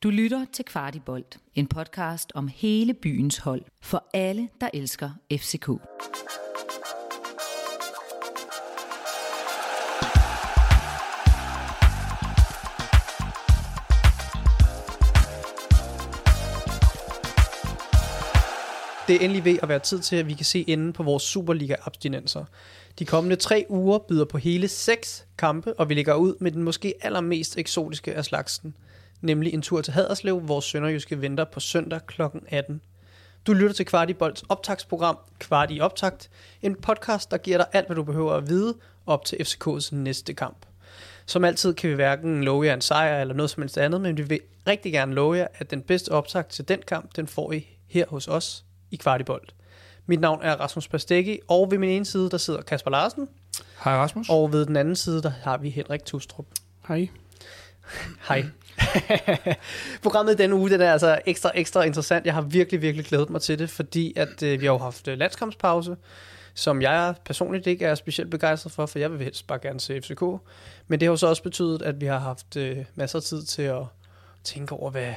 Du lytter til Kvartibolt, en podcast om hele byens hold, for alle, der elsker FCK. Det er endelig ved at være tid til, at vi kan se enden på vores Superliga-abstinenser. De kommende 3 uger byder på hele 6 kampe, og vi lægger ud med den måske allermest eksotiske af slagsen, nemlig en tur til Haderslev, hvor sønderjyske venter på søndag kl. 18. Du lytter til Kvartibolts optagsprogram, Kvart i optakt, en podcast, der giver dig alt, hvad du behøver at vide op til FCK's næste kamp. Som altid kan vi hverken love jer en sejr eller noget som helst andet, men vi vil rigtig gerne love jer, at den bedste optakt til den kamp, den får I her hos os i Kvartibolt. Mit navn er Rasmus Pastegi, og ved min ene side, der sidder Kasper Larsen. Hej Rasmus. Og ved den anden side, der har vi Henrik Tustrup. Hej. Hej. Programmet denne uge, den er altså ekstra interessant. Jeg har virkelig glædet mig til det, fordi at vi har jo haft landskampspause, som jeg personligt ikke er specielt begejstret for jeg vil helst bare gerne se FCK. Men det har jo så også betydet, at vi har haft masser af tid til at tænke over, hvad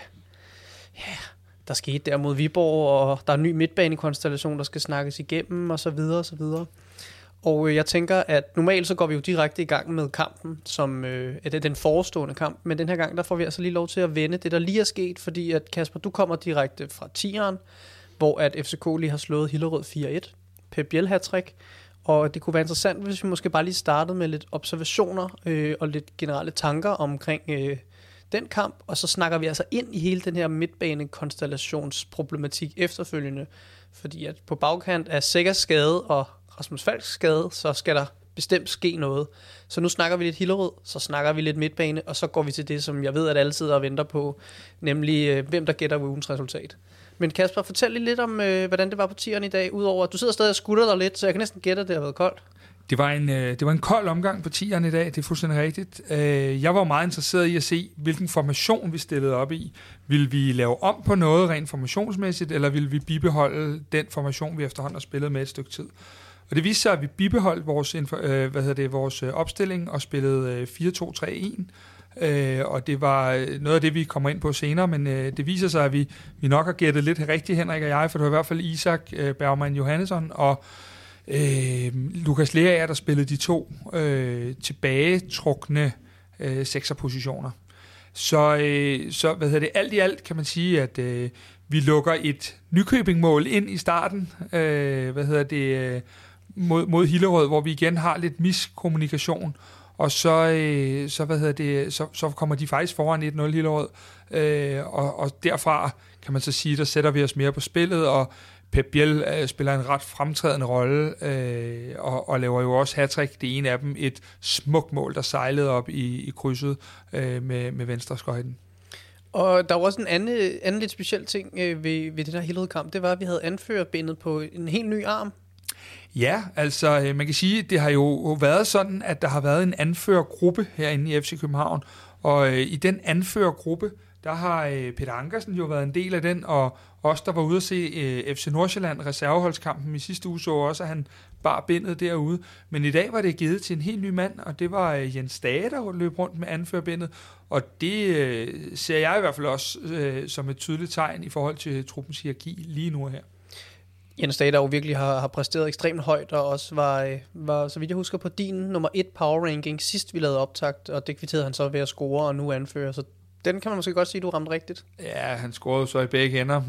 der skete der mod Viborg, og der er en ny midtbanekonstellation, der skal snakkes igennem, og så videre, og så videre. Og jeg tænker, at normalt så går vi jo direkte i gang med kampen, som er den forestående kamp, men den her gang, der får vi altså lige lov til at vende det, der lige er sket, fordi at Kasper, du kommer direkte fra Tieren, hvor at FCK lige har slået Hillerød 4-1, Pep Biel hat-trick, og det kunne være interessant, hvis vi måske bare lige startede med lidt observationer og lidt generelle tanker omkring den kamp, og så snakker vi altså ind i hele den her midtbanekonstellationsproblematik efterfølgende, fordi at på bagkant af Sækkers skade og Rasmus Falks skade, så skal der bestemt ske noget. Så nu snakker vi lidt Hillerød, så snakker vi lidt midtbane, og så går vi til det, som jeg ved, at alle sidder og venter på, nemlig hvem der gætter ugens resultat. Men Kasper, fortæl lige lidt om, hvordan det var på Tieren i dag, udover at du sidder stadig og skutter dig lidt, så jeg kan næsten gætte, at det har været koldt. Det var en kold omgang på Tieren i dag, det er fuldstændig rigtigt. Jeg var meget interesseret i at se, hvilken formation vi stillede op i. Vil vi lave om på noget rent formationsmæssigt, eller vil vi bibeholde den formation, vi efterhånden har spillet med et stykke tid? Og det viste sig, at vi bibeholdt vores opstilling og spillede 4-2-3-1. Og det var noget af det, vi kommer ind på senere, men det viser sig, at vi nok har gættet lidt rigtigt, Henrik og jeg, for det var i hvert fald Isak Bergman Johannesson og Lukas Lea, der spillede de 2 tilbagetrukne sekserpositioner. Så alt i alt kan man sige, at vi lukker et Nykøbing-mål ind i starten, mod Hillerød, hvor vi igen har lidt miskommunikation, og så kommer de faktisk foran 1-0 Hillerød, og derfra kan man så sige, der sætter vi os mere på spillet, og Pep Biel spiller en ret fremtrædende rolle, og laver jo også hattrick, det ene af dem, et smukt mål, der sejlede op i krydset med venstre skøjten. Og der var også en anden lidt speciel ting ved det der Hillerød-kamp, det var, at vi havde anførerbindet på en helt ny arm. Ja, altså man kan sige, det har jo været sådan, at der har været en anførergruppe herinde i FC København, og i den anførergruppe, der har Peter Ankersen jo været en del af den, og os, der var ude at se FC Nordsjælland reserveholdskampen i sidste uge, så også, at han bar bindet derude. Men i dag var det givet til en helt ny mand, og det var Jens Dage, der løb rundt med anførerbindet, og det ser jeg i hvert fald også som et tydeligt tegn i forhold til truppens hierarki lige nu her. Jens Dage, der jo virkelig har præsteret ekstremt højt, og også var, så vidt jeg husker, på din nummer 1 power ranking sidst vi lavede optakt, og det kvitterede han så ved at score og nu anfører, så den kan man måske godt sige, du ramte rigtigt. Ja, han scorede så i begge ender,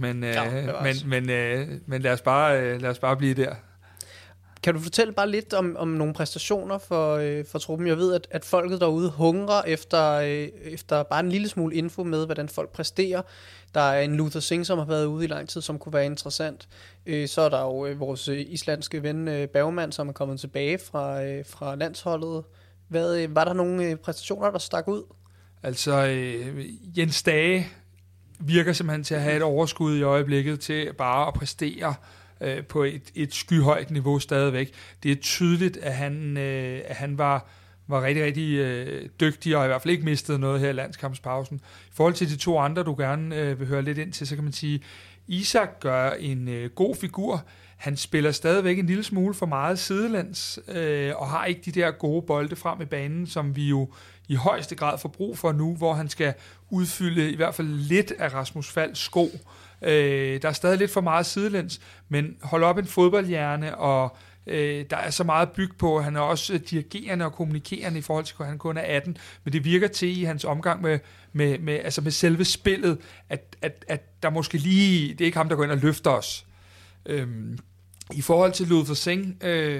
men lad os bare blive der. Kan du fortælle bare lidt om nogle præstationer for truppen? Jeg ved, at folket derude hungrer efter bare en lille smule info med, hvordan folk præsterer. Der er en Luther Singh, som har været ude i lang tid, som kunne være interessant. Så er der jo vores islandske ven Bergman, som er kommet tilbage fra landsholdet. Var der nogle præstationer, der stak ud? Altså, Jens Dage virker simpelthen til at have et overskud i øjeblikket til bare at præstere på et skyhøjt niveau stadigvæk. Det er tydeligt, at han var rigtig, rigtig dygtig, og i hvert fald ikke mistet noget her i landskampspausen. I forhold til de 2 andre, du gerne vil høre lidt ind til, så kan man sige, Isak gør en god figur. Han spiller stadigvæk en lille smule for meget sidelæns, og har ikke de der gode bolde frem i banen, som vi jo i højeste grad får brug for nu, hvor han skal udfylde i hvert fald lidt af Rasmus Falks sko. Der er stadig lidt for meget sidelæns, men hold op en fodboldhjerne, og der er så meget bygge på. Han er også dirigerende og kommunikerende i forhold til, at han kun er 18, men det virker til i hans omgang med selve spillet, at der måske lige, det er ikke ham, der går ind og løfter os. I forhold til Luther Singh,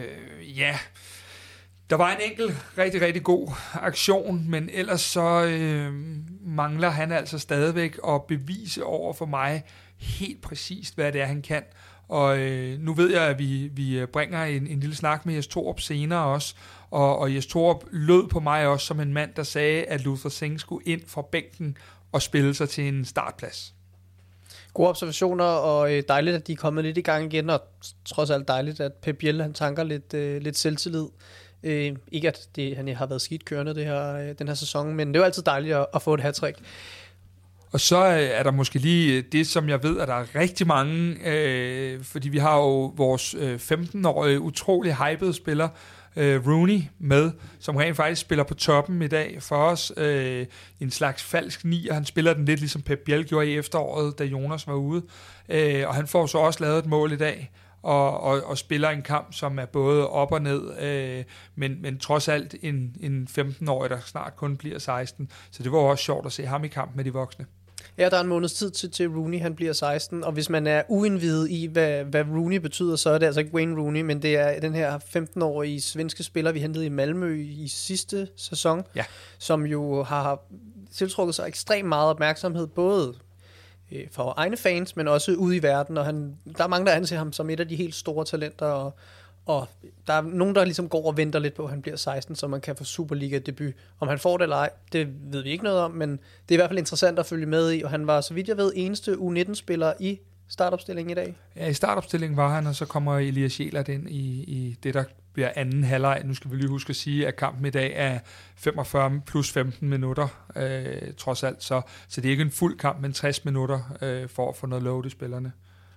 der var en enkelt rigtig, rigtig god aktion, men ellers så mangler han altså stadigvæk at bevise over for mig helt præcist, hvad det er, han kan. Og nu ved jeg, at vi bringer en lille snak med Jes Torup senere også, og Jes Torup lød på mig også som en mand, der sagde, at Luther Singh skulle ind fra bænken og spille sig til en startplads. Gode observationer, og dejligt, at de er kommet lidt i gang igen, og trods alt dejligt, at Pep Biel, han tanker lidt selvtillid. Ikke at han har været skidt kørende den her sæson, men det er jo altid dejligt at få et hattrick. Og så er der måske lige det, som jeg ved, at der er rigtig mange, fordi vi har jo vores 15-årige utrolig hypede spiller, Rooney, med, som rent faktisk spiller på toppen i dag for os. En slags falsk 9, og han spiller den lidt ligesom Pep Biel gjorde i efteråret, da Jonas var ude. Og han får så også lavet et mål i dag, og spiller en kamp, som er både op og ned, men trods alt en 15-årig, der snart kun bliver 16. Så det var også sjovt at se ham i kamp med de voksne. Ja, der er en måneds tid til Rooney, han bliver 16, og hvis man er uindvidet i, hvad Rooney betyder, så er det altså ikke Wayne Rooney, men det er den her 15-årige svenske spiller, vi hentede i Malmø i sidste sæson, som jo har tiltrukket sig ekstremt meget opmærksomhed, både for egne fans, men også ude i verden, og der er mange, der anser ham som et af de helt store talenter, og der er nogen, der ligesom går og venter lidt på, at han bliver 16, så man kan få Superliga-debut. Om han får det eller ej, det ved vi ikke noget om, men det er i hvert fald interessant at følge med i, og han var, så vidt jeg ved, eneste U19-spiller i startopstillingen i dag. Ja, i startopstillingen var han, og så kommer Elias Jelert ind i det, der bliver anden halvleg. Nu skal vi lige huske at sige, at kampen i dag er 45 plus 15 minutter, trods alt. Så det er ikke en fuld kamp, men 60 minutter for at få noget load i spillerne.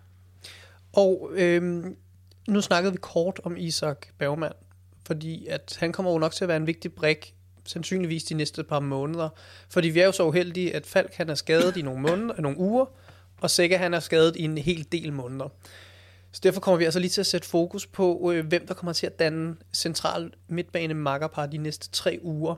Og nu snakkede vi kort om Isak Bergman, fordi at han kommer jo nok til at være en vigtig brik, sandsynligvis de næste par måneder. Fordi vi er jo så uheldige, at Falk han er skadet i nogle uger, og Sækker han er skadet i en hel del måneder. Så derfor kommer vi altså lige til at sætte fokus på, hvem der kommer til at danne central midtbane makkerpar de næste 3 uger.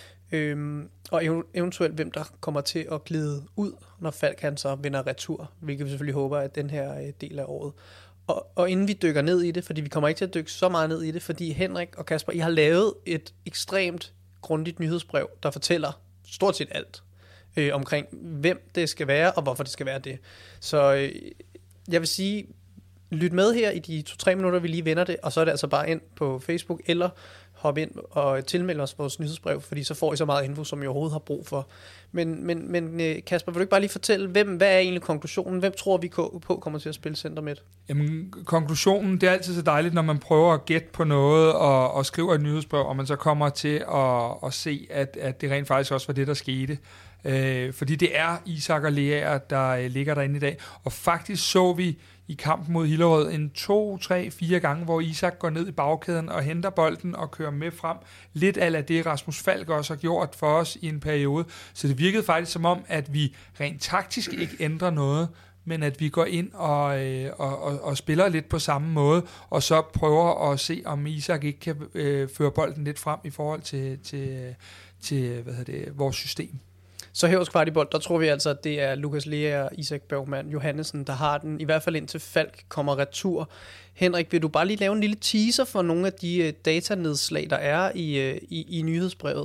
Og eventuelt hvem der kommer til at glide ud, når Falk han så vender retur, hvilket vi selvfølgelig håber, at den her del af året. Og inden vi dykker ned i det, fordi vi kommer ikke til at dykke så meget ned i det, fordi Henrik og Kasper, I har lavet et ekstremt grundigt nyhedsbrev, der fortæller stort set alt omkring, hvem det skal være, og hvorfor det skal være det. Så jeg vil sige, lyt med her i de 2-3 minutter, vi lige vender det, og så er det altså bare ind på Facebook, eller hop ind og tilmelde os vores nyhedsbrev, fordi så får I så meget info, som I overhovedet har brug for. Men Kasper, vil du ikke bare lige fortælle, hvad er egentlig konklusionen? Hvem tror vi på kommer til at spille center midt? Jamen, konklusionen, det er altid så dejligt, når man prøver at gætte på noget og skriver et nyhedsbrev, og man så kommer til at se, at det rent faktisk også var det, der skete. Fordi det er Isak og Lea, der ligger derinde i dag. Og faktisk så vi i kampen mod Hillerød en 2, 3, 4 gange, hvor Isak går ned i bagkæden og henter bolden og kører med frem. Lidt af det Rasmus Falk også har gjort for os i en periode. Så det virkede faktisk som om, at vi rent taktisk ikke ændrer noget, men at vi går ind og spiller lidt på samme måde, og så prøver at se, om Isak ikke kan føre bolden lidt frem i forhold til vores system. Så her hos Kvartibold, der tror vi altså, at det er Lukas Lea og Isak Bergman Johannesen, der har den, i hvert fald indtil Falk kommer retur. Henrik, vil du bare lige lave en lille teaser for nogle af de datanedslag, der er i nyhedsbrevet?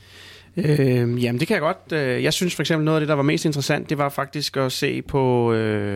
Jamen, det kan jeg godt. Jeg synes for eksempel noget af det, der var mest interessant, det var faktisk at se på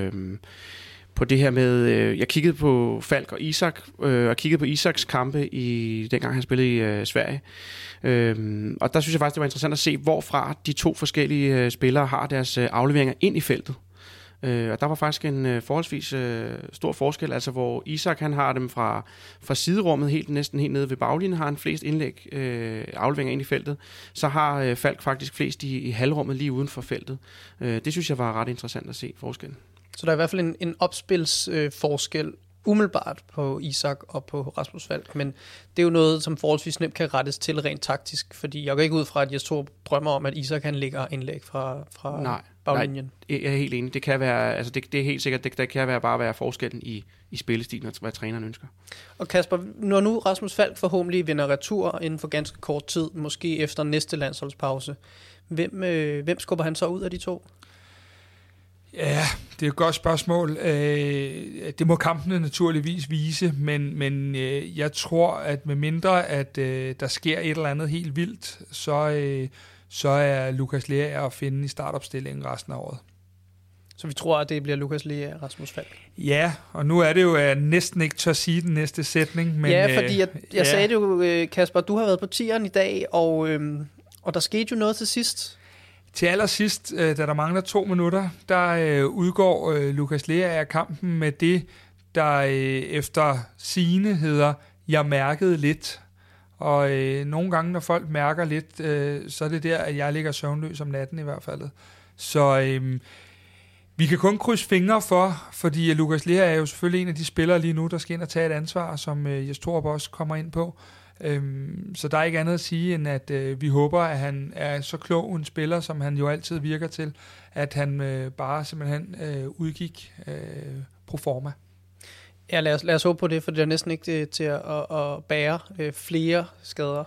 det her med, jeg kiggede på Falk og Isak, og kiggede på Isaks kampe dengang han spillede i Sverige. Og der synes jeg faktisk, det var interessant at se, hvorfra de 2 forskellige spillere har deres afleveringer ind i feltet. Og der var faktisk en forholdsvis stor forskel, altså hvor Isak han har dem fra siderummet næsten helt nede ved baglinjen, har han flest indlæg afleveringer ind i feltet, så har Falk faktisk flest i halvrummet lige uden for feltet. Det synes jeg var ret interessant at se forskellen. Så der er i hvert fald en opspilsforskel umiddelbart på Isak og på Rasmus Falk, men det er jo noget, som forholdsvis nemt kan rettes til rent taktisk, fordi jeg går ikke ud fra, at Jes Torup drømmer om, at Isak kan lægge indlæg fra baglinjen. Nej, jeg er helt enig. Det kan være, altså det er helt sikkert, det kan være forskellen i spillestilen, hvad træneren ønsker. Og Kasper, når nu Rasmus Falk forhåbentlig vinder retur inden for ganske kort tid, måske efter næste landsholdspause, hvem skubber han så ud af de to? Ja, det er et godt spørgsmål. Det må kampene naturligvis vise, men jeg tror, at med mindre, at der sker et eller andet helt vildt, så er Lukas Lea at finde i startopstillingen resten af året. Så vi tror, at det bliver Lukas Lea og Rasmus Falk? Ja, og nu er det jo, at jeg næsten ikke tør sige den næste sætning. Men, ja, fordi jeg sagde det jo, Kasper, du har været på 10'eren i dag, og der skete jo noget til sidst. Til allersidst, da der mangler 2 minutter, der udgår Lukas Lea af kampen med det, der efter sigende hedder, jeg mærkede lidt. Og nogle gange, når folk mærker lidt, så er det der, at jeg ligger søvnløs om natten i hvert fald. Så vi kan kun krydse fingre fordi Lukas Lea er jo selvfølgelig en af de spillere lige nu, der skal ind og tage et ansvar, som Jes Torup også kommer ind på. Så der er ikke andet at sige, end at vi håber, at han er så klog en spiller, som han jo altid virker til, at han bare simpelthen udgik pro forma. Ja, lad os håbe på det, for det er næsten ikke til at bære flere skader.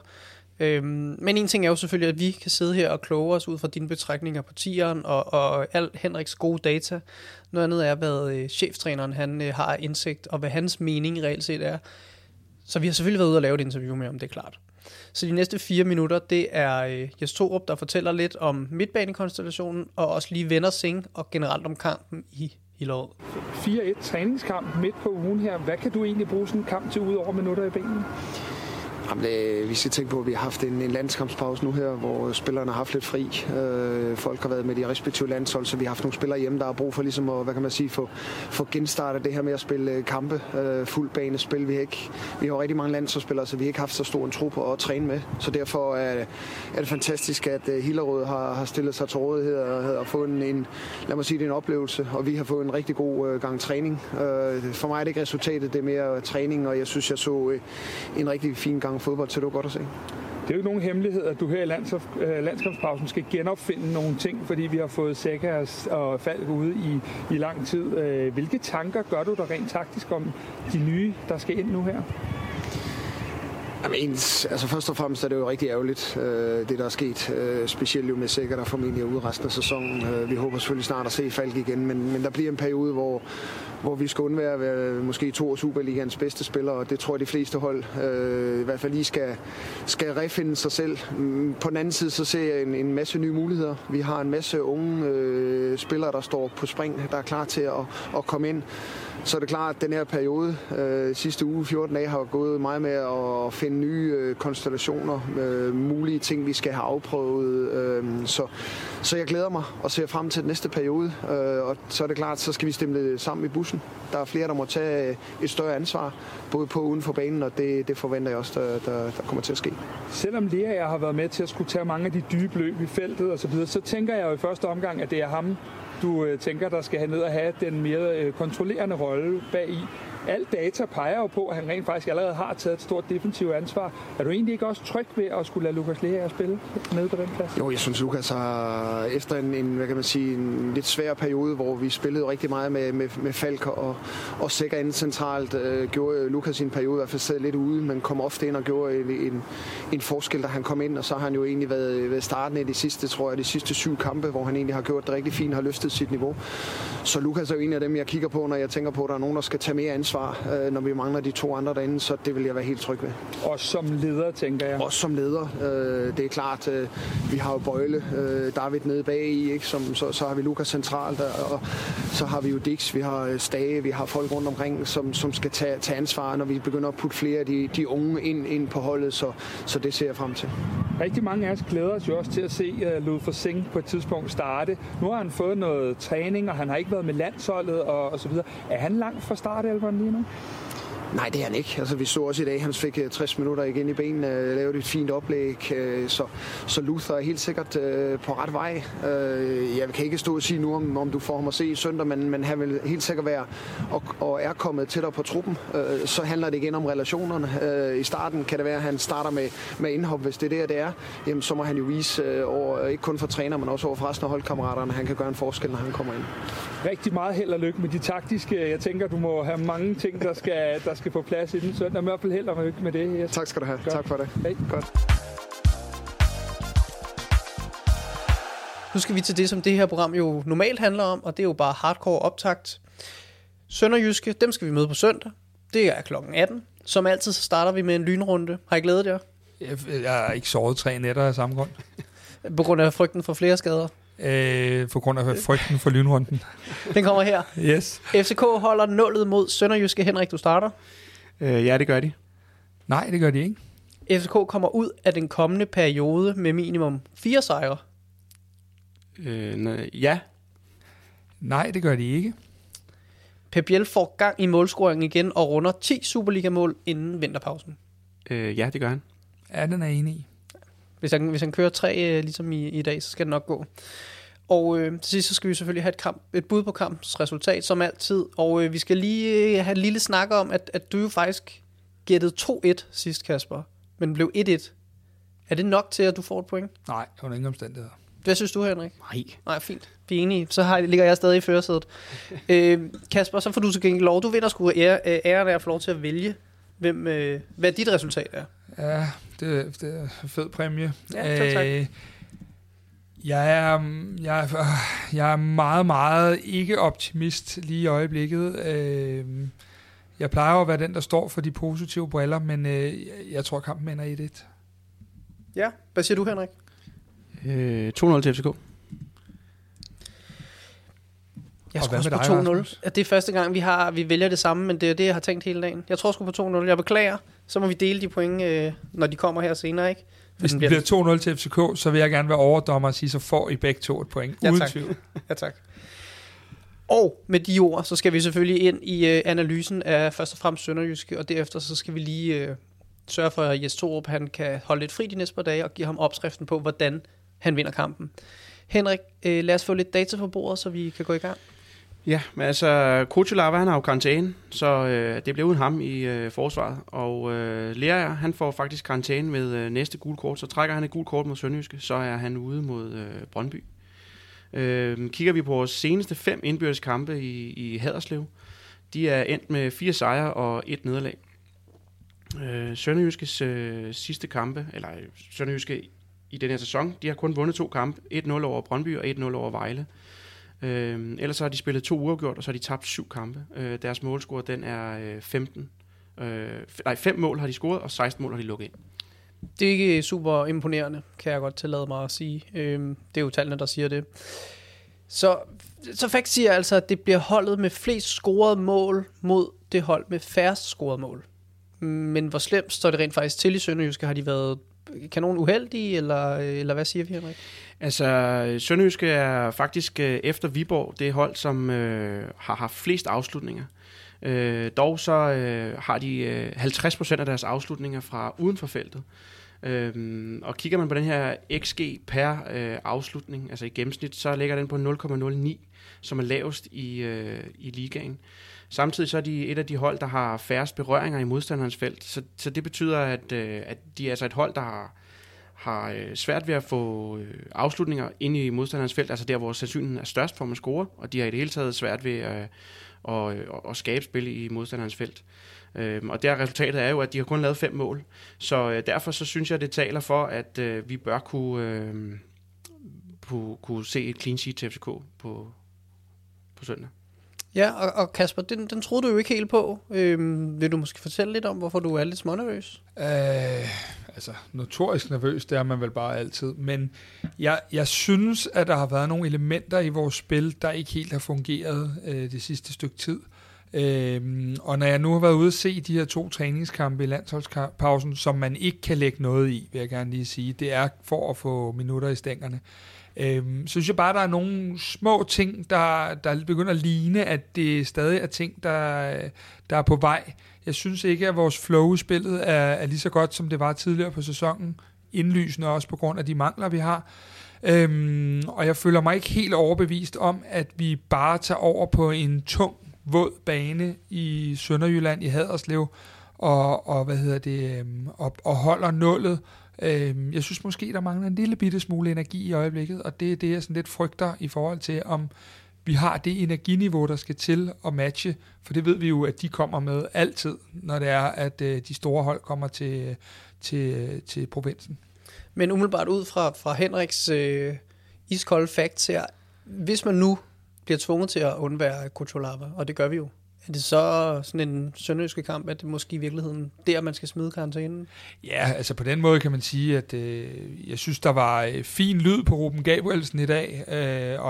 Men en ting er jo selvfølgelig, at vi kan sidde her og kloge os ud fra dine betragtninger på 10'eren og al Henriks gode data. Noget andet er, hvad cheftræneren han har indsigt, og hvad hans mening reelt set er. Så vi har selvfølgelig været ude og lave et interview med ham, det er klart. Så de næste 4 minutter, det er Jes Torup, der fortæller lidt om midtbanekonstellationen, og også lige vender Sing og generelt om kampen i Hillerød. 4-1 træningskamp midt på ugen her. Hvad kan du egentlig bruge sådan en kamp til ud over minutter i benene? Jamen, vi skal tænke på, at vi har haft en landskampspause nu her, hvor spillerne har haft lidt fri. Folk har været med de respektive landshold, så vi har haft nogle spillere hjemme, der har brug for ligesom at, hvad kan man sige, få genstartet det her med at spille kampe, fuld banespil. Vi har rigtig mange landsholdsspillere, så vi har ikke haft så stor en tro på at træne med. Så derfor er det fantastisk, at Hillerød har stillet sig til rådighed og fået en oplevelse, og vi har fået en rigtig god gang træning. For mig er det ikke resultatet, det er mere træning, og jeg synes, jeg så en rigtig fin gang fodbold, så det var godt at se. Det er jo ikke nogen hemmelighed, at du her i landskampspausen skal genopfinde nogle ting, fordi vi har fået Sækkers og Falk ude i lang tid. Hvilke tanker gør du der rent taktisk om de nye, der skal ind nu her? Jamen, altså først og fremmest er det jo rigtig ærgerligt, det der er sket. Specielt jo med Sækker, der formentlig er ude resten af sæsonen. Vi håber selvfølgelig snart at se Falk igen, men der bliver en periode, hvor vi skal undvære at være måske 2 af Superligaens bedste spillere, og det tror jeg de fleste hold i hvert fald lige skal refinde sig selv. På den anden side så ser jeg en masse nye muligheder. Vi har en masse unge spillere, der står på spring, der er klar til at komme ind. Så er det klart, at den her periode, sidste uge, 14 dage, har gået meget med at finde nye konstellationer, mulige ting, vi skal have afprøvet. Så jeg glæder mig og ser frem til den næste periode. Og så er det klart, så skal vi stemme sammen i bussen. Der er flere, der må tage et større ansvar, både på og uden for banen, og det forventer jeg også, der kommer til at ske. Selvom Lea har været med til at skulle tage mange af de dybe løb i feltet og så videre, så tænker jeg jo i første omgang, at det er ham, du tænker, der skal have ned og have den mere kontrollerende rolle bag i. Alt data peger jo på, at han rent faktisk allerede har taget et stort defensivt ansvar. Er du egentlig ikke også tryg ved at skulle lade Lukas Lea spille nede på den plads? Jo, jeg synes, Lukas har efter en lidt svær periode, hvor vi spillede rigtig meget med Falk og Sækker inde centralt, gjorde Lukas i en periode i hvert fald sad lidt ude, men kom ofte ind og gjorde en forskel, da han kom ind, og så har han jo egentlig været startende i de sidste 7 kampe, hvor han egentlig har gjort det rigtig fint, har løftet sit niveau. Så Lukas er jo en af dem, jeg kigger på, når jeg tænker på, at der er nogen, der skal tage mere ansvar, når vi mangler de 2 andre derinde, så det vil jeg være helt tryg ved. Også som leder, tænker jeg. Også som leder. Det er klart, vi har jo Bøjle, David nede bag i, ikke? Så har vi Lukas centralt, og så har vi jo Dix, vi har Stage, vi har folk rundt omkring, som skal tage ansvar, når vi begynder at putte flere af de unge ind på holdet, så det ser jeg frem til. Rigtig mange af os glæder os jo også til at se Ludvig Sing på et tidspunkt starte. Nu har han fået noget træning, og han har ikke været med landsholdet og så videre. Er han langt fra startelveren lige nu? Nej, det er han ikke. Altså, vi så også i dag, han fik 60 minutter igen i benene, lavede et fint oplæg, så Luther er helt sikkert på ret vej. Jeg kan ikke stå og sige nu, om du får ham at se i søndag, men han vil helt sikkert være og er kommet tættere på truppen. Så handler det igen om relationerne. I starten kan det være, at han starter med indhop, hvis det er det er. Jamen, så må han jo vise over, ikke kun for træner, men også over for resten af holdkammeraterne, han kan gøre en forskel, når han kommer ind. Rigtig meget held og lykke med de taktiske. Jeg tænker, du må have mange ting, der skal på plads i den søndag. I hvert fald held og lykke med det. Yes. Tak skal du have. Godt. Tak for det. Hey. Godt. Nu skal vi til det, som det her program jo normalt handler om, og det er jo bare hardcore optakt. Sønderjyske, dem skal vi møde på søndag. Det er klokken 18. Som altid, så starter vi med en lynrunde. Har I glædet jer? Jeg har ikke sovet 3 nætter af samme grund. På grund af frygten for flere skader? På grund af frygten for lynrunden. Den kommer her. Yes. FCK holder nullet mod Sønderjyske. Henrik, du starter. Ja, det gør de. Nej, det gør de ikke. FCK kommer ud af den kommende periode med minimum 4 sejre. Ja. Nej, det gør de ikke. Pep Biel får gang i målscoringen igen og runder 10 Superliga-mål inden vinterpausen. Ja, det gør han. Ja, den er enig i. Hvis han kører 3 ligesom i dag, så skal det nok gå. Og til sidst så skal vi selvfølgelig have et bud på kampens resultat, som altid. Og vi skal lige have en lille snak om, at du jo faktisk gættede 2-1 sidst, Kasper, men blev 1-1. Er det nok til, at du får et point? Nej, under ingen omstændigheder. Hvad synes du, Henrik? Nej, fint. Vi er enige. Så ligger jeg stadig i førersædet. Kasper, så får du så gengæld lov. Du vinder sgu æren af at få lov til at vælge, hvad dit resultat er. Ja, det er en fed præmie. Ja, tak. Jeg er meget, meget ikke optimist lige i øjeblikket. Jeg plejer at være den, der står for de positive briller, men jeg tror, kampen ender 1-1. Ja, hvad siger du, Henrik? 2-0 til FCK. Jeg tror også på 2-0. Det er første gang, vi vælger det samme, men det er det, jeg har tænkt hele dagen. Jeg tror sgu på 2-0. Jeg beklager. Så må vi dele de point, når de kommer her senere, ikke? Hvis det bliver 2-0 til FCK, så vil jeg gerne være overdommer og sige, så får I begge to et point. Ja, uden tvivl. Ja, tak. Og med de ord, så skal vi selvfølgelig ind i analysen af først og fremmest Sønderjyske, og derefter så skal vi lige sørge for, at Jes Torup han kan holde lidt fri de næste par dage og give ham opskriften på, hvordan han vinder kampen. Henrik, lad os få lidt data på bordet, så vi kan gå i gang. Ja, men altså, Kuchulava, han har jo karantæne, så det bliver uden ham i forsvaret. Og Lerager, han får faktisk karantæne med næste gule kort, så trækker han et gule kort mod Sønderjyske, så er han ude mod Brøndby. Kigger vi på vores seneste 5 indbyrdes kampe i Haderslev, de er endt med 4 sejre og 1 nederlag. Sønderjyskes sidste kampe, eller Sønderjyske i den her sæson, de har kun vundet 2 kampe, 1-0 over Brøndby og 1-0 over Vejle. Ellers har de spillet 2 uafgjort, og så har de tabt 7 kampe. Deres målscore, den er 5 mål har de scoret, og 16 mål har de lukket ind. Det er ikke super imponerende, kan jeg godt tillade mig at sige. Det er jo tallene, der siger det. Så faktisk siger altså, at det bliver holdet med flest scorede mål mod det hold med færrest scorede mål. Men hvor slemt står det rent faktisk til i Sønderjyske? Har de været kanon uheldige, eller hvad siger vi, Henrik? Altså, Sønderjyske er faktisk efter Viborg det hold, som har haft flest afslutninger. Dog så har de 50% af deres afslutninger fra uden for feltet. Og kigger man på den her XG per afslutning, altså i gennemsnit, så ligger den på 0,09, som er lavest i ligaen. Samtidig så er de et af de hold, der har færrest berøringer i modstanderens felt. Så det betyder, at de er altså et hold, der har svært ved at få afslutninger ind i modstanderens felt, altså der, hvor sandsynligheden er størst for at score, og de har i det hele taget svært ved at skabe spil i modstanderens felt. Og der resultatet er jo, at de har kun lavet 5 mål. Så derfor så synes jeg, det taler for, at vi bør kunne se et clean sheet til FCK på søndag. Ja, og Kasper, den troede du jo ikke helt på. Vil du måske fortælle lidt om, hvorfor du er lidt smånervøs? Altså, notorisk nervøs, det er man vel bare altid. Men jeg synes, at der har været nogle elementer i vores spil, der ikke helt har fungeret det sidste stykke tid. Og når jeg nu har været ude at se de her 2 træningskampe i landsholdspausen, som man ikke kan lægge noget i, vil jeg gerne lige sige, det er for at få minutter i stængerne. Så synes jeg bare, der er nogle små ting, der begynder at ligne, at det stadig er ting, der er på vej. Jeg synes ikke, at vores flow i spillet er lige så godt, som det var tidligere på sæsonen. Indlysende også på grund af de mangler, vi har. Og jeg føler mig ikke helt overbevist om, at vi bare tager over på en tung, våd bane i Sønderjylland, i Haderslev, og holder nullet. Jeg synes måske, der mangler en lille bitte smule energi i øjeblikket, og det er det, jeg sådan lidt frygter i forhold til, om vi har det energiniveau, der skal til at matche, for det ved vi jo, at de kommer med altid, når det er, at de store hold kommer til provinsen. Men umiddelbart ud fra Henriks iskolde facts her, hvis man nu bliver tvunget til at undvære Kutsulava, og det gør vi jo, er det så sådan en sønderjyske kamp, at det måske i virkeligheden der, man skal smide karantænen? Ja, altså på den måde kan man sige, at jeg synes, der var fin lyd på Ruben Gabrielsen i dag, og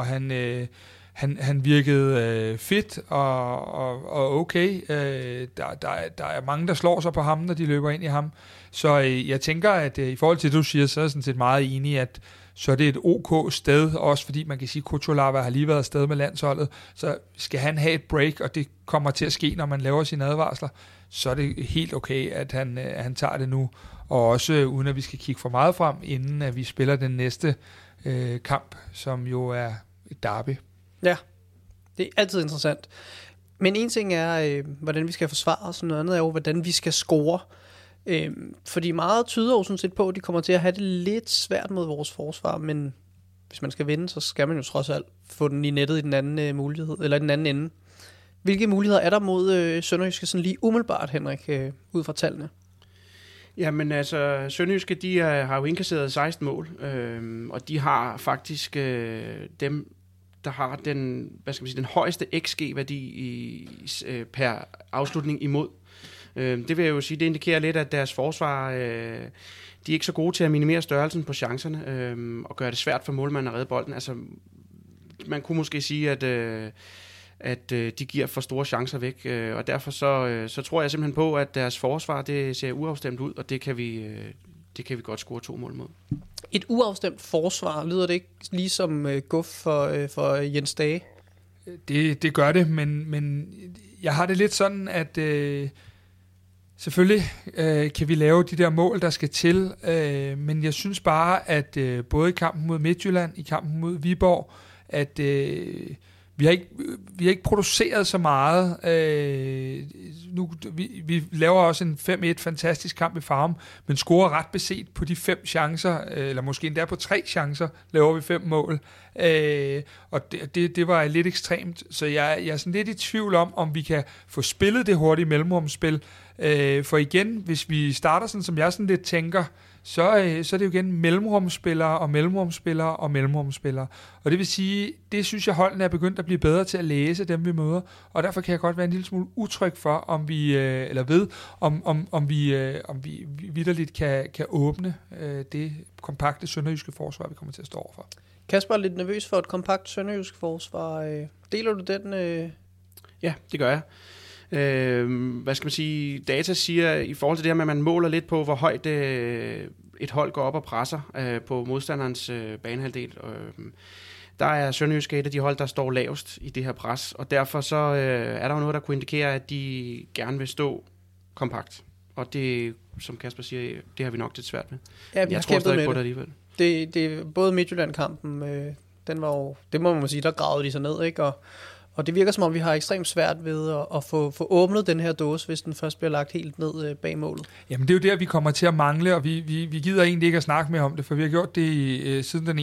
han virkede fedt og okay. Der er mange, der slår sig på ham, når de løber ind i ham. Så jeg tænker, at i forhold til det, du siger, så er jeg sådan set meget enig, at så er det et OK sted, også fordi man kan sige, at Kutsulava har lige været afsted med landsholdet, så skal han have et break, og det kommer til at ske, når man laver sine advarsler, så er det helt okay, at han tager det nu, og også uden at vi skal kigge for meget frem, inden at vi spiller den næste kamp, som jo er et derby. Ja, det er altid interessant. Men en ting er, hvordan vi skal forsvare os, og noget andet er jo, hvordan vi skal score. Fordi meget tyder jo sådan set på, at de kommer til at have det lidt svært mod vores forsvar, men hvis man skal vinde, så skal man jo trods alt få den i nettet i den anden mulighed, eller i den anden ende. Hvilke muligheder er der mod Sønderjyske sådan lige umiddelbart, Henrik, ud fra tallene? Jamen altså, Sønderjyske, de har jo indkasseret 16 mål, og de har faktisk dem, der har den, den højeste XG-værdi per afslutning imod. Det vil jeg jo sige, det indikerer lidt, at deres forsvar, de er ikke så gode til at minimere størrelsen på chancerne, og gøre det svært for målmanden at redde bolden. Altså, man kunne måske sige, at de giver for store chancer væk, og derfor så tror jeg simpelthen på, at deres forsvar, det ser uafstemt ud, og det kan vi godt score 2 mål mod. Et uafstemt forsvar, lyder det ikke ligesom guf for Jens Dage? Det gør det, men jeg har det lidt sådan, at selvfølgelig kan vi lave de der mål, der skal til, men jeg synes bare, at både i kampen mod Midtjylland, i kampen mod Viborg, at vi har ikke produceret så meget. Vi laver også en 5-1 fantastisk kamp i Farum, men scorer ret beset på de 5 chancer, eller måske endda på 3 chancer, laver vi 5 mål. Og det var lidt ekstremt, så jeg er sådan lidt i tvivl om vi kan få spillet det hurtige mellemrumsspil. For igen, hvis vi starter sådan, som jeg sådan lidt tænker, så er det jo igen mellemrumsspillere. Og det vil sige, det synes jeg holdene er begyndt at blive bedre til at læse, dem vi møder. Og derfor kan jeg godt være en lille smule utryg for, om vi vitterligt kan åbne det kompakte sønderjyske forsvar, vi kommer til at stå overfor. Kasper er lidt nervøs for et kompakt sønderjysk forsvar. Deler du den? Ja, det gør jeg. Hvad skal man sige, data siger i forhold til det her med, at man måler lidt på, hvor højt et hold går op og presser på modstanderens banehalvdel. Der er Sønderjyske et af de hold, der står lavest i det her pres, og derfor så er der jo noget, der kunne indikere, at de gerne vil stå kompakt. Og det, som Kasper siger, det har vi nok lidt svært med. Ja, jeg tror stadig på det alligevel. Det både Midtjylland-kampen, den var jo, det må man sige, der gravede de sig ned, ikke? Og det virker som om, vi har ekstremt svært ved at få åbnet den her dåse, hvis den først bliver lagt helt ned bag målet. Jamen det er jo der, vi kommer til at mangle, og vi gider egentlig ikke at snakke mere om det, for vi har gjort det siden den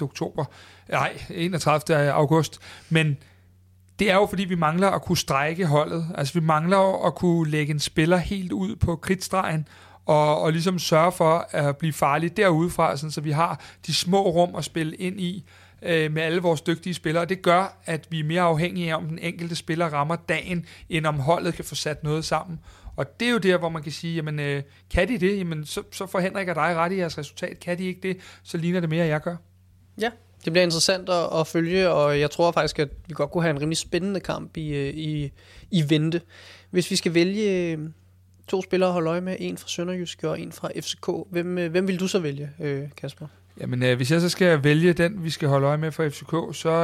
31. august. Men det er jo fordi, vi mangler at kunne strække holdet. Altså vi mangler at kunne lægge en spiller helt ud på kridtstregen, og ligesom sørge for at blive farlig derudefra, sådan, så vi har de små rum at spille ind i, med alle vores dygtige spillere, og det gør, at vi er mere afhængige af, om den enkelte spiller rammer dagen, end om holdet kan få sat noget sammen. Og det er jo der, hvor man kan sige, jamen, kan de det? Jamen, så får Henrik og dig ret i jeres resultat. Kan de ikke det, så ligner det mere, jeg gør. Ja, det bliver interessant at følge, og jeg tror faktisk, at vi godt kunne have en rimelig spændende kamp i vente. Hvis vi skal vælge 2 spillere at holde øje med, en fra Sønderjyske og en fra FCK, hvem vil du så vælge, Kasper? Jamen, hvis jeg så skal vælge den, vi skal holde øje med for FCK,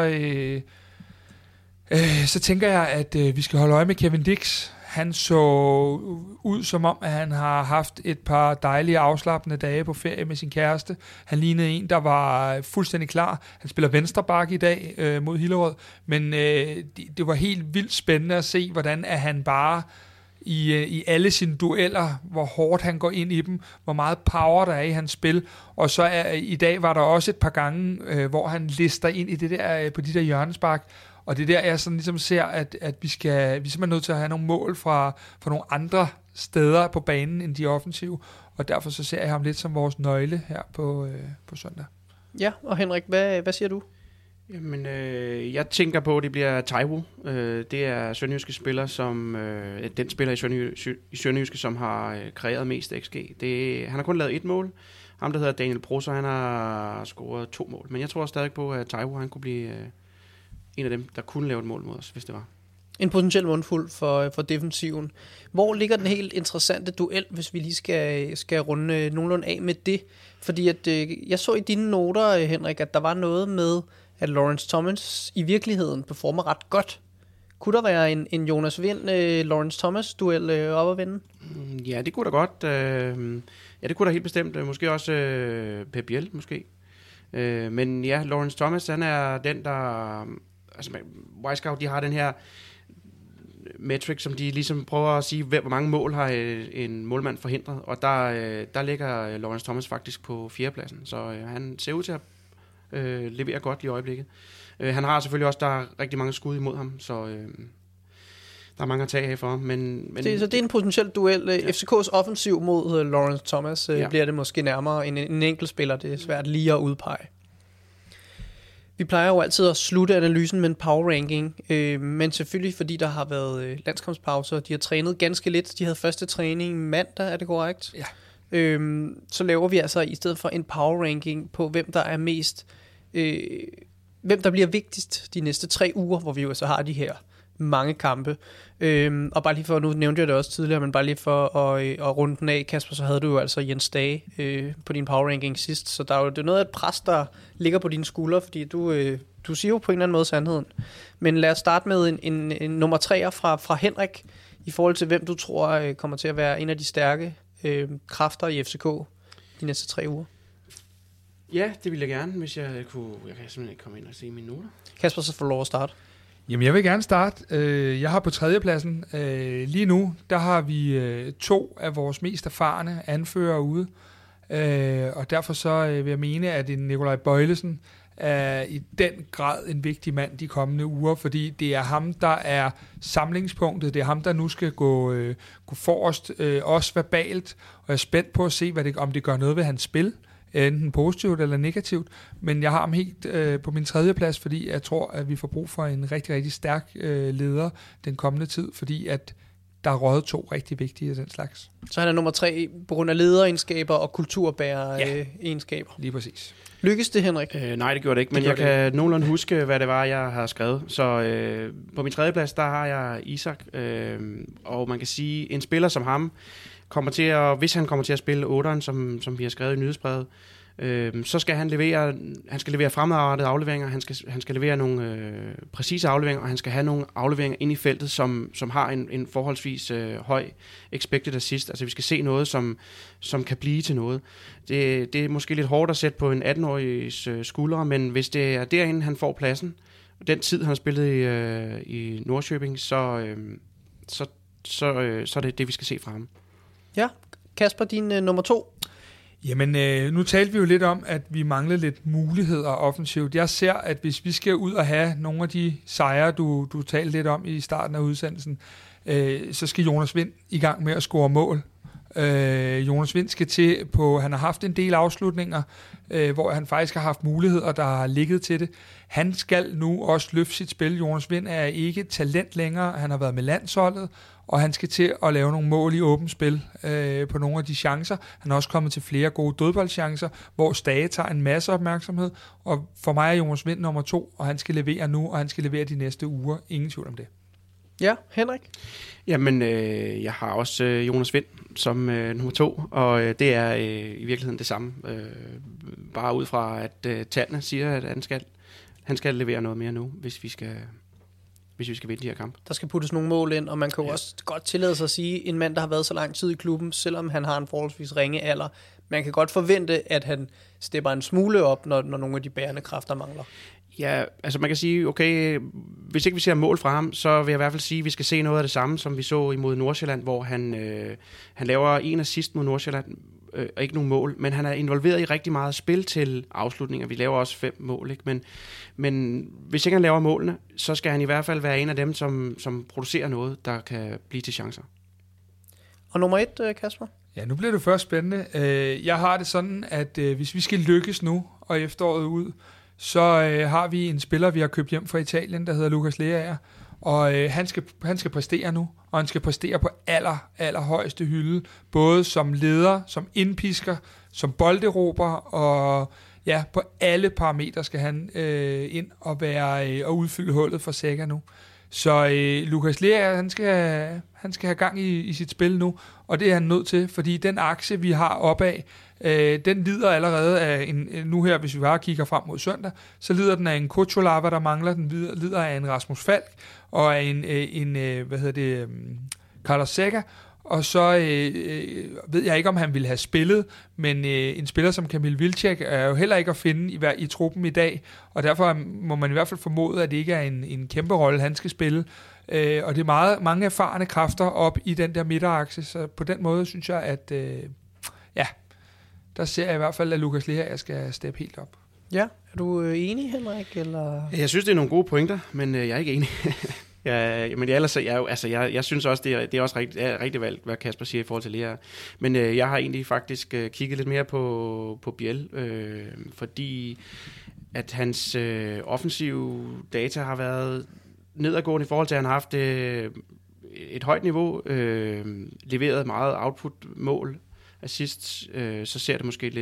så tænker jeg, at vi skal holde øje med Kevin Dix. Han så ud som om, at han har haft et par dejlige afslappende dage på ferie med sin kæreste. Han lignede en, der var fuldstændig klar. Han spiller venstre bak i dag mod Hillerød, men det var helt vildt spændende at se, hvordan at han bare i alle sine dueller, hvor hårdt han går ind i dem, hvor meget power der er i hans spil. Og så i dag var der også et par gange, hvor han lister ind i det der, på de der hjørnespark. Og det er der, jeg sådan ligesom ser, at vi er simpelthen nødt til at have nogle mål fra nogle andre steder på banen end de offensive. Og derfor så ser jeg ham lidt som vores nøgle her på søndag. Ja, og Henrik, hvad siger du? Jamen, jeg tænker på, at det bliver Taiwo. Det er sønderjyske spiller, som den spiller i Sønderjyske, som har kreeret mest XG. Han har kun lavet 1 mål. Ham, der hedder Daniel Prosser, han har scoret 2 mål. Men jeg tror stadig på, at Taiwo han kunne blive en af dem, der kunne lave et mål mod os, hvis det var. En potentiel mundfuld for defensiven. Hvor ligger den helt interessante duel, hvis vi lige skal runde nogenlunde af med det? Fordi at, jeg så i dine noter, Henrik, at der var noget med, at Lawrence Thomas i virkeligheden performer ret godt. Kunne der være en Jonas Vind, Lawrence Thomas duel op at vinde? Ja, det kunne da godt. Ja, det kunne da helt bestemt. Måske også Pep Biel, måske. Men ja, Lawrence Thomas, han er den, der... Altså, Wisecout, de har den her metric, som de ligesom prøver at sige, hvor mange mål har en målmand forhindret. Og der ligger Lawrence Thomas faktisk på 4. pladsen. Så han ser ud til at levere godt i øjeblikket. Han har selvfølgelig også, der er rigtig mange skud imod ham, så der er mange at tage af for ham. Så det er en potentiel duel. Ja. FCK's offensiv mod Lawrence Thomas bliver det måske nærmere end en enkelt spiller. Det er svært lige at udpege. Vi plejer jo altid at slutte analysen med en power ranking, men selvfølgelig fordi der har været landskampspauser, de har trænet ganske lidt. De havde første træning mandag, er det korrekt? Ja. Så laver vi altså i stedet for en power ranking på, hvem der er mest, hvem der bliver vigtigst de næste 3 uger, hvor vi jo så har de her mange kampe. Og bare lige for, nu nævnte jeg det også tidligere, men bare lige for at runde den af, Kasper, så havde du jo altså Jens Dage på din power ranking sidst, så der er jo det er noget af et pres, der ligger på dine skuldre, fordi du siger jo på en eller anden måde sandheden. Men lad os starte med en nummer 3'er fra Henrik, i forhold til hvem du tror kommer til at være en af de stærke kræfter i FCK de næste 3 uger. Ja, det vil jeg gerne, hvis jeg kunne. Jeg kan simpelthen ikke komme ind og se mine noter. Kasper, så får lov at starte. Jamen, jeg vil gerne starte. Jeg har på 3. pladsen. Lige nu, der har vi 2 af vores mest erfarne anførere ude. Og derfor så vil jeg mene, at en Nikolaj Bøjlesen er i den grad en vigtig mand de kommende uger, fordi det er ham, der er samlingspunktet. Det er ham, der nu skal gå forrest, også verbalt. Og jeg er spændt på at se, om det gør noget ved hans spil. Enten positivt eller negativt, men jeg har ham helt på min 3. plads, fordi jeg tror, at vi får brug for en rigtig, rigtig stærk leder den kommende tid, fordi at der er røget 2 rigtig vigtige af den slags. Så han er nummer 3 på grund af lederegenskaber og kulturbæreregenskaber. Lige præcis. Lykkes det, Henrik? Nej, det gjorde det ikke, men jeg kan nogenlunde huske, hvad det var, jeg har skrevet. Så på min 3. plads, der har jeg Isak, og man kan sige, en spiller som ham, hvis han kommer til at spille 8'eren, som vi har skrevet i nyhedsbrevet, så skal han levere fremadrettede afleveringer, han skal levere nogle præcise afleveringer, og han skal have nogle afleveringer ind i feltet, som har en forholdsvis høj expected assist. Altså vi skal se noget, som kan blive til noget. Det er måske lidt hårdt at sætte på en 18-årigs skuldre, men hvis det er derinde, han får pladsen, den tid, han har spillet i Norrköping, så er det det, vi skal se fra ham. Ja, Kasper, din nummer 2. Jamen, nu talte vi jo lidt om, at vi manglede lidt muligheder offensivt. Jeg ser, at hvis vi skal ud og have nogle af de sejre, du talte lidt om i starten af udsendelsen, så skal Jonas Vind i gang med at score mål. Jonas Vind skal til på, han har haft en del afslutninger, hvor han faktisk har haft muligheder, der har ligget til det. Han skal nu også løfte sit spil. Jonas Vind er ikke et talent længere. Han har været med landsholdet, og han skal til at lave nogle mål i åbent spil på nogle af de chancer. Han er også kommet til flere gode dødboldchancer, hvor Stage tager en masse opmærksomhed, og for mig er Jonas Vind nummer 2, og han skal levere nu, og han skal levere de næste uger. Ingen tvivl om det. Ja, Henrik? Jamen, jeg har også Jonas Vind som nummer 2, og det er i virkeligheden det samme. Bare ud fra, at tallene siger, at han skal levere noget mere nu, hvis vi skal vinde de her kampe. Der skal puttes nogle mål ind, og man kan jo også godt tillade sig at sige, en mand, der har været så lang tid i klubben, selvom han har en forholdsvis ringe alder, man kan godt forvente, at han stepper en smule op, når nogle af de bærende kræfter mangler. Ja, altså man kan sige, okay, hvis ikke vi ser mål fra ham, så vil jeg i hvert fald sige, at vi skal se noget af det samme, som vi så imod Nordsjælland, hvor han laver en assist mod Nordsjælland, og ikke nogen mål, men han er involveret i rigtig meget spil til afslutninger. Vi laver også 5 mål, ikke? Men hvis ikke han laver målene, så skal han i hvert fald være en af dem, som producerer noget, der kan blive til chancer. Og nummer 1, Kasper? Ja, nu bliver det først spændende. Jeg har det sådan, at hvis vi skal lykkes nu og efteråret ud, så har vi en spiller, vi har købt hjem fra Italien, der hedder Lucas Leaer, og han skal præstere nu, og han skal præstere på allerhøjeste hylde, både som leder, som indpisker, som bolderober, og ja, på alle parametre skal han ind og være og udfylde hullet for Sækker nu. Så Lucas Leaer, han skal have gang i sit spil nu, og det er han nødt til, fordi den akse, vi har opad, den lider allerede af nu her, hvis vi bare kigger frem mod søndag, så lider den af en Kocholava, der mangler, den lider af en Rasmus Falk, og af en Carlos Sækker, og så ved jeg ikke, om han ville have spillet, men en spiller som Kamil Vilcek er jo heller ikke at finde i truppen i dag, og derfor må man i hvert fald formode, at det ikke er en kæmpe rolle, han skal spille. Og det er mange erfarne kræfter op i den der midterakse, så på den måde synes jeg, at der ser jeg i hvert fald, at Lucas Leaer skal steppe helt op. Ja, er du enig, Henrik? Eller? Jeg synes, det er nogle gode pointer, men jeg er ikke enig. Jeg synes også, det er også rigtig valgt, hvad Kasper siger i forhold til Leaer. Men jeg har egentlig faktisk kigget lidt mere på Biel, fordi at hans offensive data har været nedadgående i forhold til, at han har haft et højt niveau, leveret meget output-mål assist, så ser det måske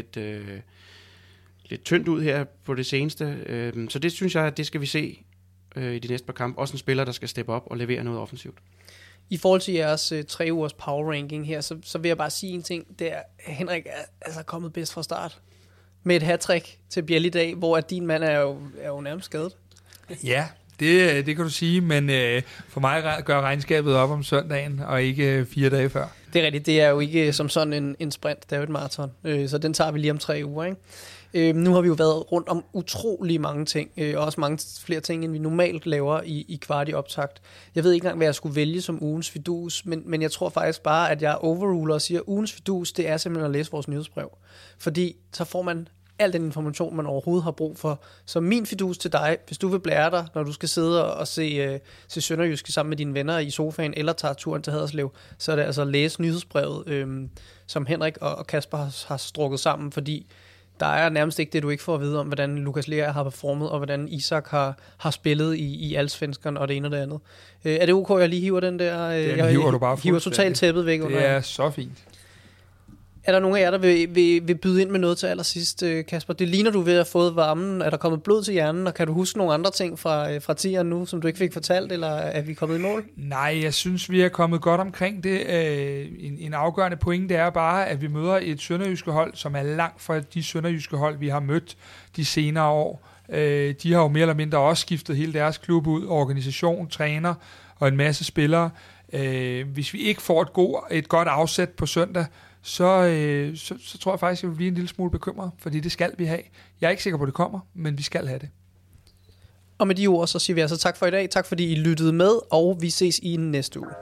lidt tyndt ud her på det seneste. Så det synes jeg, at det skal vi se i de næste par kampe. Også en spiller, der skal steppe op og levere noget offensivt. I forhold til jeres 3 ugers power ranking her, så vil jeg bare sige en ting. Det er, Henrik er altså kommet bedst fra start med et hat-trick til Biel i dag, hvor at din mand er jo nærmest skadet. Ja, det kan du sige, men for mig gør regnskabet op om søndagen, og ikke 4 dage før. Det er rigtigt, det er jo ikke som sådan en sprint, det er jo et maraton, så den tager vi lige om 3 uger, ikke? Nu har vi jo været rundt om utrolig mange ting, og også mange flere ting, end vi normalt laver i kvart i optakt. Jeg ved ikke engang, hvad jeg skulle vælge som ugens fidus, men jeg tror faktisk bare, at jeg overruler og siger, at ugens fidus, det er simpelthen at læse vores nyhedsbrev. Fordi så får man al den information, man overhovedet har brug for. Så min fidus til dig, hvis du vil blære dig, når du skal sidde og se Sønderjyske sammen med dine venner i sofaen, eller tager turen til Haderslev, så er det altså at læse nyhedsbrevet, som Henrik og Kasper har strukket sammen, fordi der er nærmest ikke det, du ikke får at vide om, hvordan Lucas Leaer har performet, og hvordan Isak har spillet i Allsvenskan og det ene og det andet. Er det ok, jeg lige hiver den der? Den hiver du bare hiver totalt tæppet væk under. Det er så fint. Er der nogen af jer, der vil byde ind med noget til allersidst, Kasper? Det ligner, du ved at have fået varmen. Er der kommet blod til hjernen, og kan du huske nogle andre ting fra tieren nu, som du ikke fik fortalt, eller er vi kommet i mål? Nej, jeg synes, vi er kommet godt omkring det. En afgørende pointe er bare, at vi møder et sønderjyske hold, som er langt fra de sønderjyske hold, vi har mødt de senere år. De har jo mere eller mindre også skiftet hele deres klub ud, organisation, træner og en masse spillere. Hvis vi ikke får et godt afsæt på søndag, så tror jeg faktisk, at jeg vil blive en lille smule bekymret, fordi det skal vi have. Jeg er ikke sikker på, at det kommer, men vi skal have det. Og med de ord, så siger vi altså tak for i dag. Tak fordi I lyttede med, og vi ses i næste uge.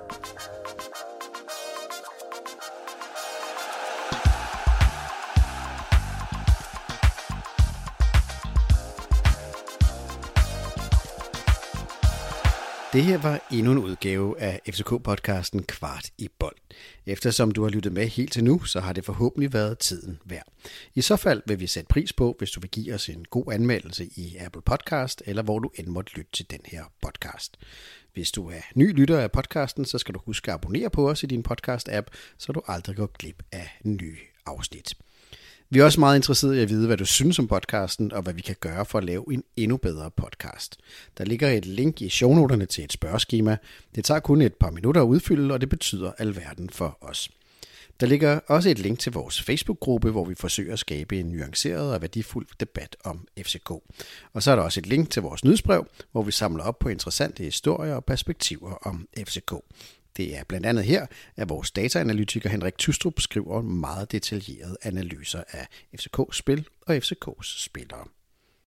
Det her var endnu en udgave af FCK-podcasten Kvart i bold. Eftersom du har lyttet med helt til nu, så har det forhåbentlig været tiden værd. I så fald vil vi sætte pris på, hvis du vil give os en god anmeldelse i Apple Podcast, eller hvor du end måtte lytte til den her podcast. Hvis du er ny lytter af podcasten, så skal du huske at abonnere på os i din podcast-app, så du aldrig går glip af nye afsnit. Vi er også meget interesserede i at vide, hvad du synes om podcasten, og hvad vi kan gøre for at lave en endnu bedre podcast. Der ligger et link i shownoterne til et spørgeskema. Det tager kun et par minutter at udfylde, og det betyder alverden for os. Der ligger også et link til vores Facebook-gruppe, hvor vi forsøger at skabe en nuanceret og værdifuld debat om FCK. Og så er der også et link til vores nyhedsbrev, hvor vi samler op på interessante historier og perspektiver om FCK. Det er blandt andet her, at vores dataanalytiker Henrik Tystrup skriver meget detaljerede analyser af FCK's spil og FCK's spillere.